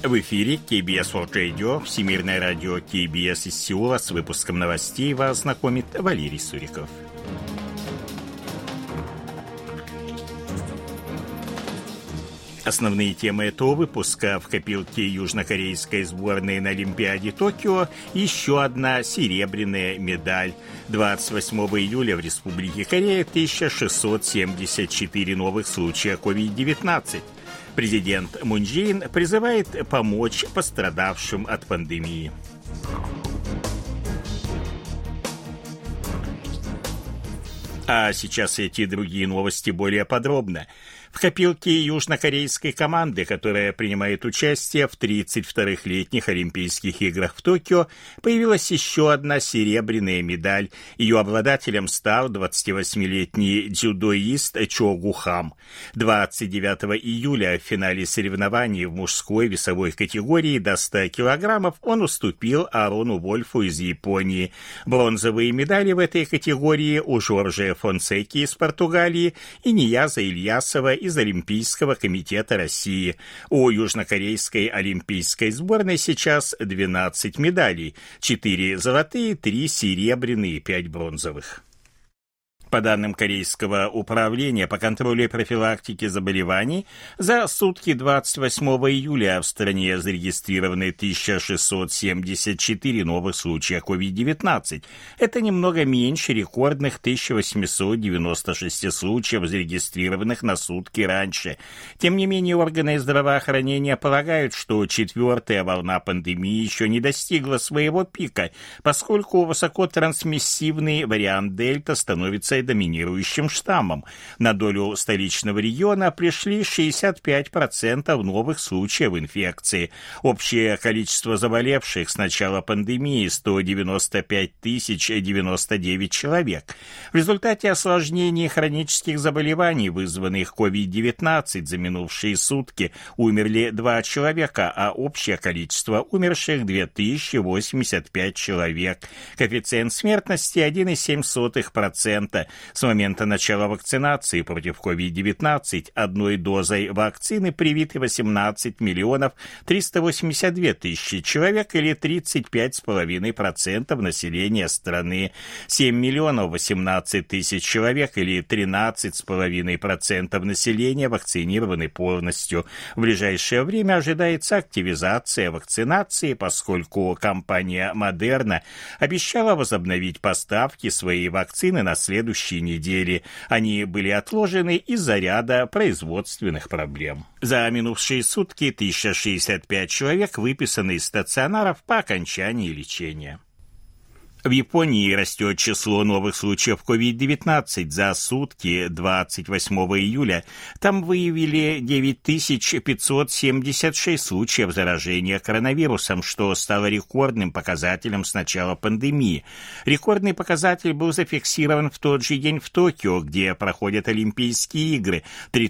В эфире KBS World Radio, Всемирное радио KBS из Сеула. С выпуском новостей вас знакомит Валерий Суриков. Основные темы этого выпуска: в копилке южнокорейской сборной на Олимпиаде Токио еще одна серебряная медаль. 28 июля в Республике Корея 1674 новых случая COVID-19. Президент Мун Чжэ Ин призывает помочь пострадавшим от пандемии. А сейчас эти и другие новости более подробно. В копилке южнокорейской команды, которая принимает участие в 32-х летних Олимпийских играх в Токио, появилась еще одна серебряная медаль. Ее обладателем стал 28-летний дзюдоист Чо Гу-хам. 29 июля в финале соревнований в мужской весовой категории до 100 килограммов он уступил Арону Вольфу из Японии. Бронзовые медали в этой категории у Жоржа Фонсеки из Португалии и Нияза Ильясова из Олимпийского комитета России. У южнокорейской олимпийской сборной сейчас 12 медалей: 4 золотые, 3 серебряные, 5 бронзовых. По данным Корейского управления по контролю и профилактике заболеваний, за сутки 28 июля в стране зарегистрированы 1674 новых случая COVID-19. Это немного меньше рекордных 1896 случаев, зарегистрированных на сутки раньше. Тем не менее, органы здравоохранения полагают, что четвертая волна пандемии еще не достигла своего пика, поскольку высокотрансмиссивный вариант Дельта становится доминирующим штаммом. На долю столичного региона пришли 65% новых случаев инфекции. Общее количество заболевших с начала пандемии 195 099 человек. В результате осложнений хронических заболеваний, вызванных COVID-19, за минувшие сутки умерли 2 человека, а общее количество умерших 2085 человек. Коэффициент смертности 1,7%. С момента начала вакцинации против COVID-19 одной дозой вакцины привиты 18 миллионов 382 тысячи человек, или 35,5% населения страны. 7 миллионов 18 тысяч человек, или 13,5% населения, вакцинированы полностью. В ближайшее время ожидается активизация вакцинации, поскольку компания Moderna обещала возобновить поставки своей вакцины на следующей недели. Они были отложены из-за ряда производственных проблем. За минувшие сутки 1065 человек выписаны из стационаров по окончании лечения. В Японии растет число новых случаев COVID-19. За сутки 28 июля там выявили 9576 случаев заражения коронавирусом, что стало рекордным показателем с начала пандемии. Рекордный показатель был зафиксирован в тот же день в Токио, где проходят Олимпийские игры.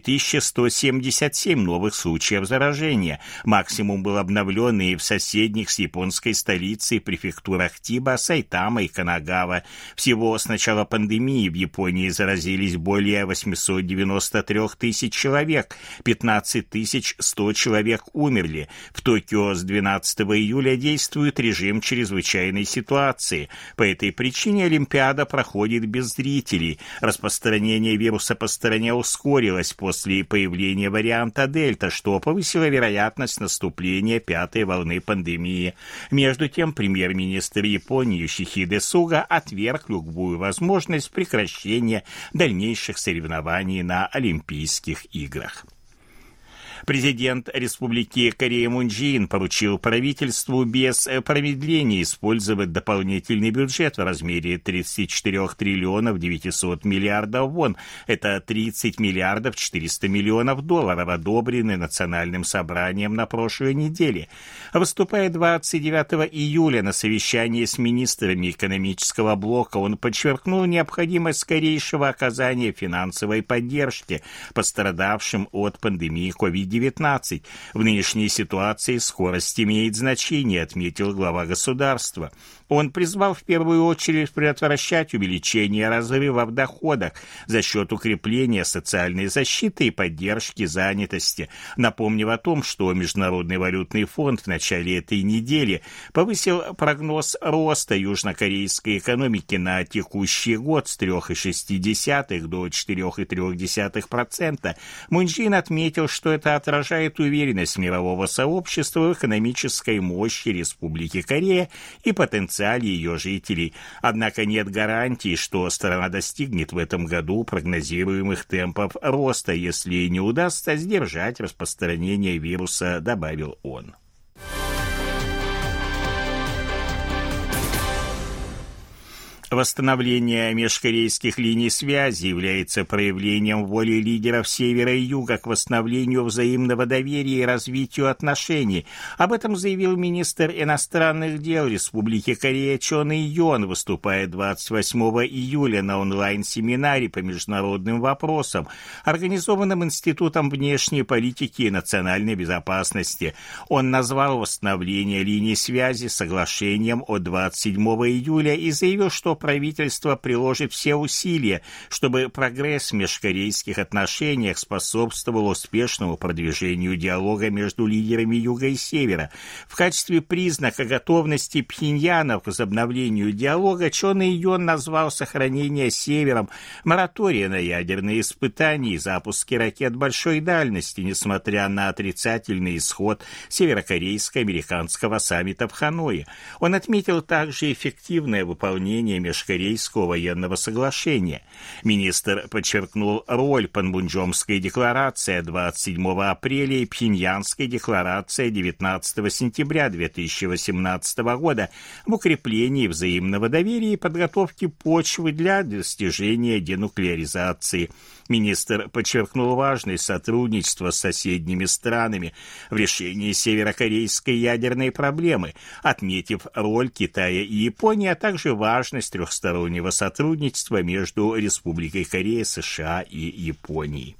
3177 новых случаев заражения. Максимум был обновлен и в соседних с японской столицей префектурах Тиба, Сайтама и Канагава. Всего с начала пандемии в Японии заразились более 893 тысяч человек, 15 100 человек умерли. В Токио с 12 июля действует режим чрезвычайной ситуации. По этой причине Олимпиада проходит без зрителей. Распространение вируса по стране ускорилось после появления варианта Дельта, что повысило вероятность наступления пятой волны пандемии. Между тем, премьер-министр Японии Йошихиде Суга отверг любую возможность прекращения дальнейших соревнований на Олимпийских играх. Президент Республики Корея Мун Чжэ Ин поручил правительству без промедления использовать дополнительный бюджет в размере 34 триллионов 900 миллиардов вон. Это 30 миллиардов 400 миллионов долларов, одобренные Национальным собранием на прошлой неделе. Выступая 29 июля на совещании с министрами экономического блока, он подчеркнул необходимость скорейшего оказания финансовой поддержки пострадавшим от пандемии COVID-19. COVID-19. В нынешней ситуации скорость имеет значение, отметил глава государства. Он призвал в первую очередь предотвращать увеличение разрыва в доходах за счет укрепления социальной защиты и поддержки занятости, напомнив о том, что Международный валютный фонд в начале этой недели повысил прогноз роста южнокорейской экономики на текущий год с 3,6 до 4,3%. Мун Чжэ Ин отметил, что это отражает уверенность мирового сообщества в экономической мощи Республики Корея и потенциале ее жителей. Однако нет гарантий, что страна достигнет в этом году прогнозируемых темпов роста, если не удастся сдержать распространение вируса, добавил он. Восстановление межкорейских линий связи является проявлением воли лидеров Севера и Юга к восстановлению взаимного доверия и развитию отношений. Об этом заявил министр иностранных дел Республики Корея Чон И-Йон, выступая 28 июля на онлайн-семинаре по международным вопросам, организованном Институтом внешней политики и национальной безопасности. Он назвал восстановление линий связи соглашением от 27 июля и заявил, что правительство приложит все усилия, чтобы прогресс в межкорейских отношениях способствовал успешному продвижению диалога между лидерами Юга и Севера. В качестве признака готовности Пхеньяна к возобновлению диалога Чон И-Йон назвал сохранение Севером моратория на ядерные испытания и запуски ракет большой дальности, несмотря на отрицательный исход северокорейско-американского саммита в Ханое. Он отметил также эффективное выполнение Межкорейского военного соглашения. Министр подчеркнул роль Панмунджомской декларации 27 апреля и Пхеньянской декларации 19 сентября 2018 года в укреплении взаимного доверия и подготовке почвы для достижения денуклеаризации. Министр подчеркнул важность сотрудничества с соседними странами в решении северокорейской ядерной проблемы, отметив роль Китая и Японии, а также важность трехстороннего сотрудничества между Республикой Корея, США и Японией.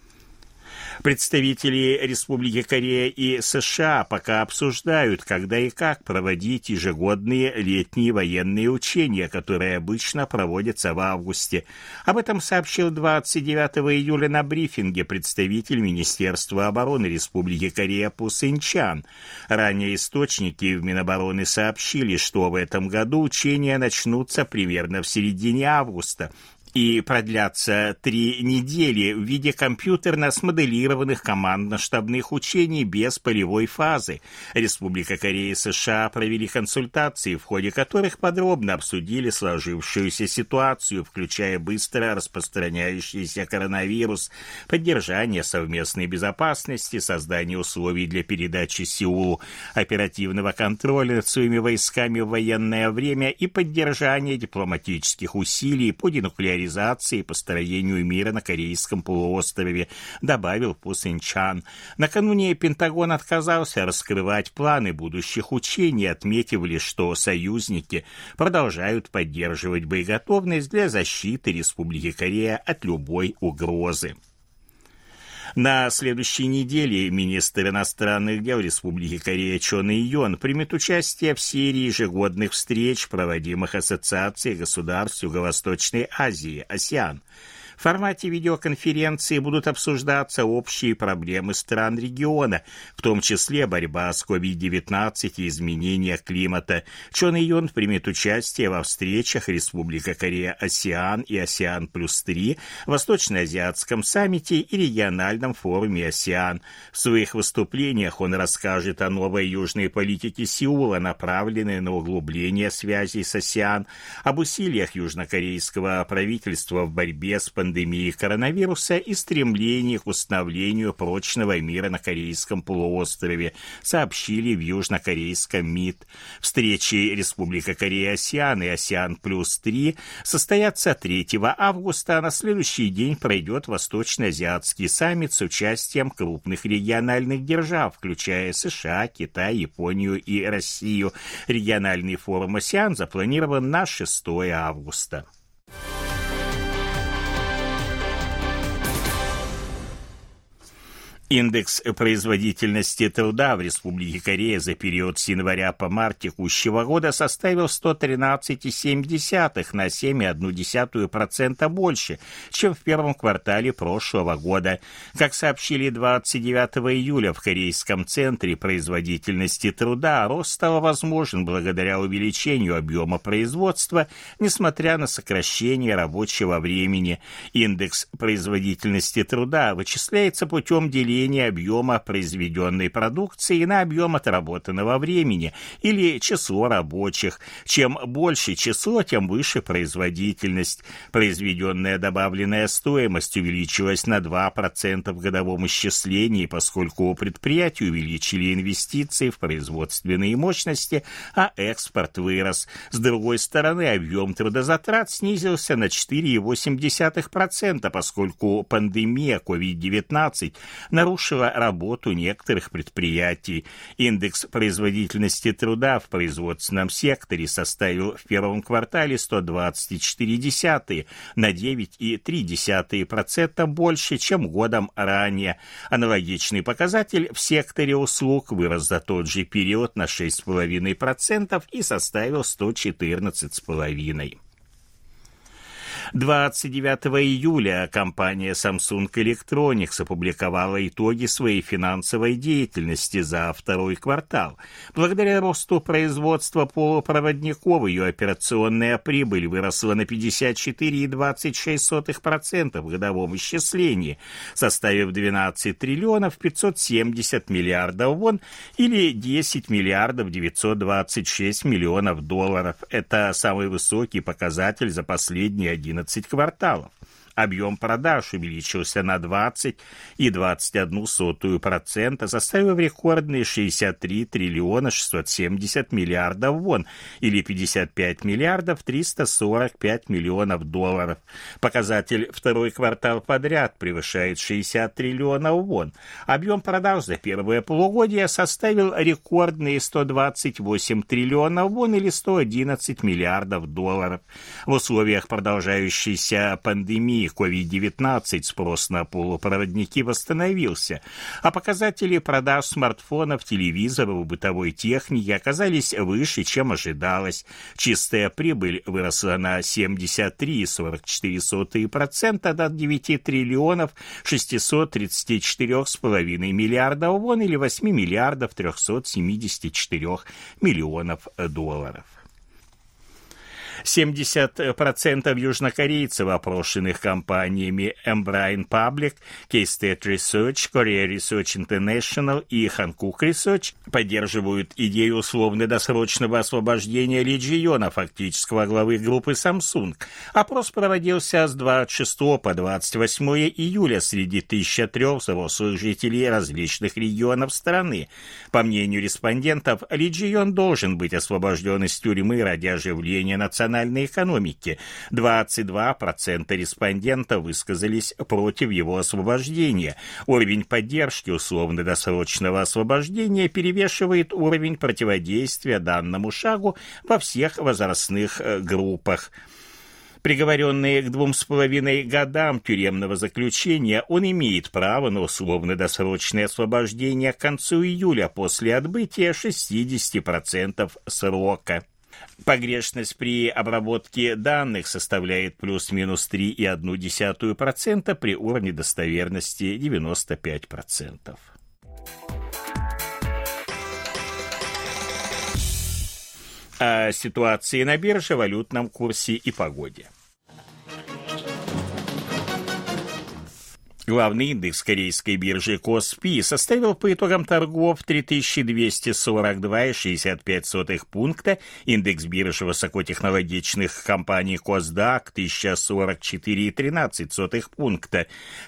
Представители Республики Корея и США пока обсуждают, когда и как проводить ежегодные летние военные учения, которые обычно проводятся в августе. Об этом сообщил 29 июля на брифинге представитель Министерства обороны Республики Корея Пу Сын-чан. Ранее источники в Минобороны сообщили, что в этом году учения начнутся примерно в середине августа и продлятся 3 недели в виде компьютерно смоделированных командно-штабных учений без полевой фазы. Республика Корея и США провели консультации, в ходе которых подробно обсудили сложившуюся ситуацию, включая быстро распространяющийся коронавирус, поддержание совместной безопасности, создание условий для передачи Сеулу оперативного контроля над своими войсками в военное время и поддержание дипломатических усилий по денуклеаризации и построению мира на Корейском полуострове, добавил Пу Сын-чан. Накануне Пентагон отказался раскрывать планы будущих учений, отметив лишь, что союзники продолжают поддерживать боеготовность для защиты Республики Корея от любой угрозы. На следующей неделе министр иностранных дел Республики Корея Чон И-Йон примет участие в серии ежегодных встреч, проводимых Ассоциацией государств Юго-Восточной Азии, АСЕАН. В формате видеоконференции будут обсуждаться общие проблемы стран региона, в том числе борьба с COVID-19 и изменение климата. Чон И-Йон примет участие во встречах Республика Корея АСЕАН и АСЕАН +3, Восточно-Азиатском саммите и региональном форуме АСЕАН. В своих выступлениях он расскажет о новой южной политике Сеула, направленной на углубление связей с АСЕАН, об усилиях южнокорейского правительства в борьбе с пандемией коронавируса и стремлении к установлению прочного мира на Корейском полуострове, сообщили в южнокорейском МИД. Встречи Республика Корея АСЕАН и АСЕАН +3 состоятся 3 августа, а на следующий день пройдет Восточно-Азиатский саммит с участием крупных региональных держав, включая США, Китай, Японию и Россию. Региональный форум АСЕАН запланирован на 6 августа. Индекс производительности труда в Республике Корея за период с января по март текущего года составил 113,7 на 7,1% больше, чем в первом квартале прошлого года. Как сообщили 29 июля в Корейском центре производительности труда, рост стал возможен благодаря увеличению объема производства, несмотря на сокращение рабочего времени. Индекс производительности труда вычисляется путем деления объема произведенной продукции на объем отработанного времени или число рабочих. Чем больше число, тем выше производительность. Произведенная добавленная стоимость увеличилась на 2% в годовом исчислении, поскольку предприятия увеличили инвестиции в производственные мощности, а экспорт вырос. С другой стороны, объем трудозатрат снизился на 4,8%, поскольку пандемия COVID-19 нарушила работу некоторых предприятий. Индекс производительности труда в производственном секторе составил в первом квартале 124 на 9,3% больше, чем годом ранее. Аналогичный показатель в секторе услуг вырос за тот же период на 6,5% и составил 114,5%. 29 июля компания Samsung Electronics опубликовала итоги своей финансовой деятельности за второй квартал. Благодаря росту производства полупроводников ее операционная прибыль выросла на 54,26% в годовом исчислении, составив 12 триллионов 570 миллиардов вон или 10 миллиардов 926 миллионов долларов. Это самый высокий показатель за последние 11 кварталов. Объем продаж увеличился на 20,21%, составив рекордные 63 триллиона 670 миллиардов вон или 55 миллиардов 345 миллионов долларов. Показатель второй квартал подряд превышает 60 триллионов вон. Объем продаж за первое полугодие составил рекордные 128 триллионов вон или 111 миллиардов долларов. В условиях продолжающейся пандемии COVID-19 спрос на полупроводники восстановился, а показатели продаж смартфонов, телевизоров и бытовой техники оказались выше, чем ожидалось. Чистая прибыль выросла на 73,44% до 9 триллионов 634,5 миллиардов вон или 8 миллиардов 374 миллионов долларов. 70% южнокорейцев, опрошенных компаниями Embrain Public, K-State Research, Korea Research International и Hankook Research, поддерживают идею условно-досрочного освобождения Ли Чжи-йона, фактического главы группы Samsung. Опрос проводился с 26 по 28 июля среди 1003 взрослых жителей различных регионов страны. По мнению респондентов, Ли Чжи-йон должен быть освобожден из тюрьмы ради оживления национальной экономики. 22% респондентов высказались против его освобождения. Уровень поддержки условно-досрочного освобождения перевешивает уровень противодействия данному шагу во всех возрастных группах. Приговоренный к 2,5 годам тюремного заключения, он имеет право на условно-досрочное освобождение к концу июля после отбытия 60% срока. Погрешность при обработке данных составляет плюс-минус 3,1% при уровне достоверности 95%. О ситуации на бирже, валютном курсе и погоде. Главный индекс корейской биржи Коспи составил по итогам торгов 3242,65 пункта, индекс биржи высокотехнологичных компаний Косдак 1044,13 пункта,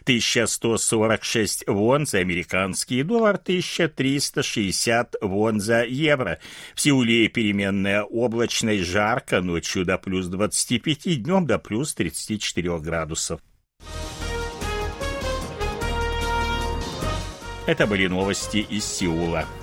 1146 вон за американский доллар, 1360 вон за евро. В Сеуле переменная облачность, жарко, ночью до плюс 25, днем до плюс 34 градусов. Это были новости из Сеула.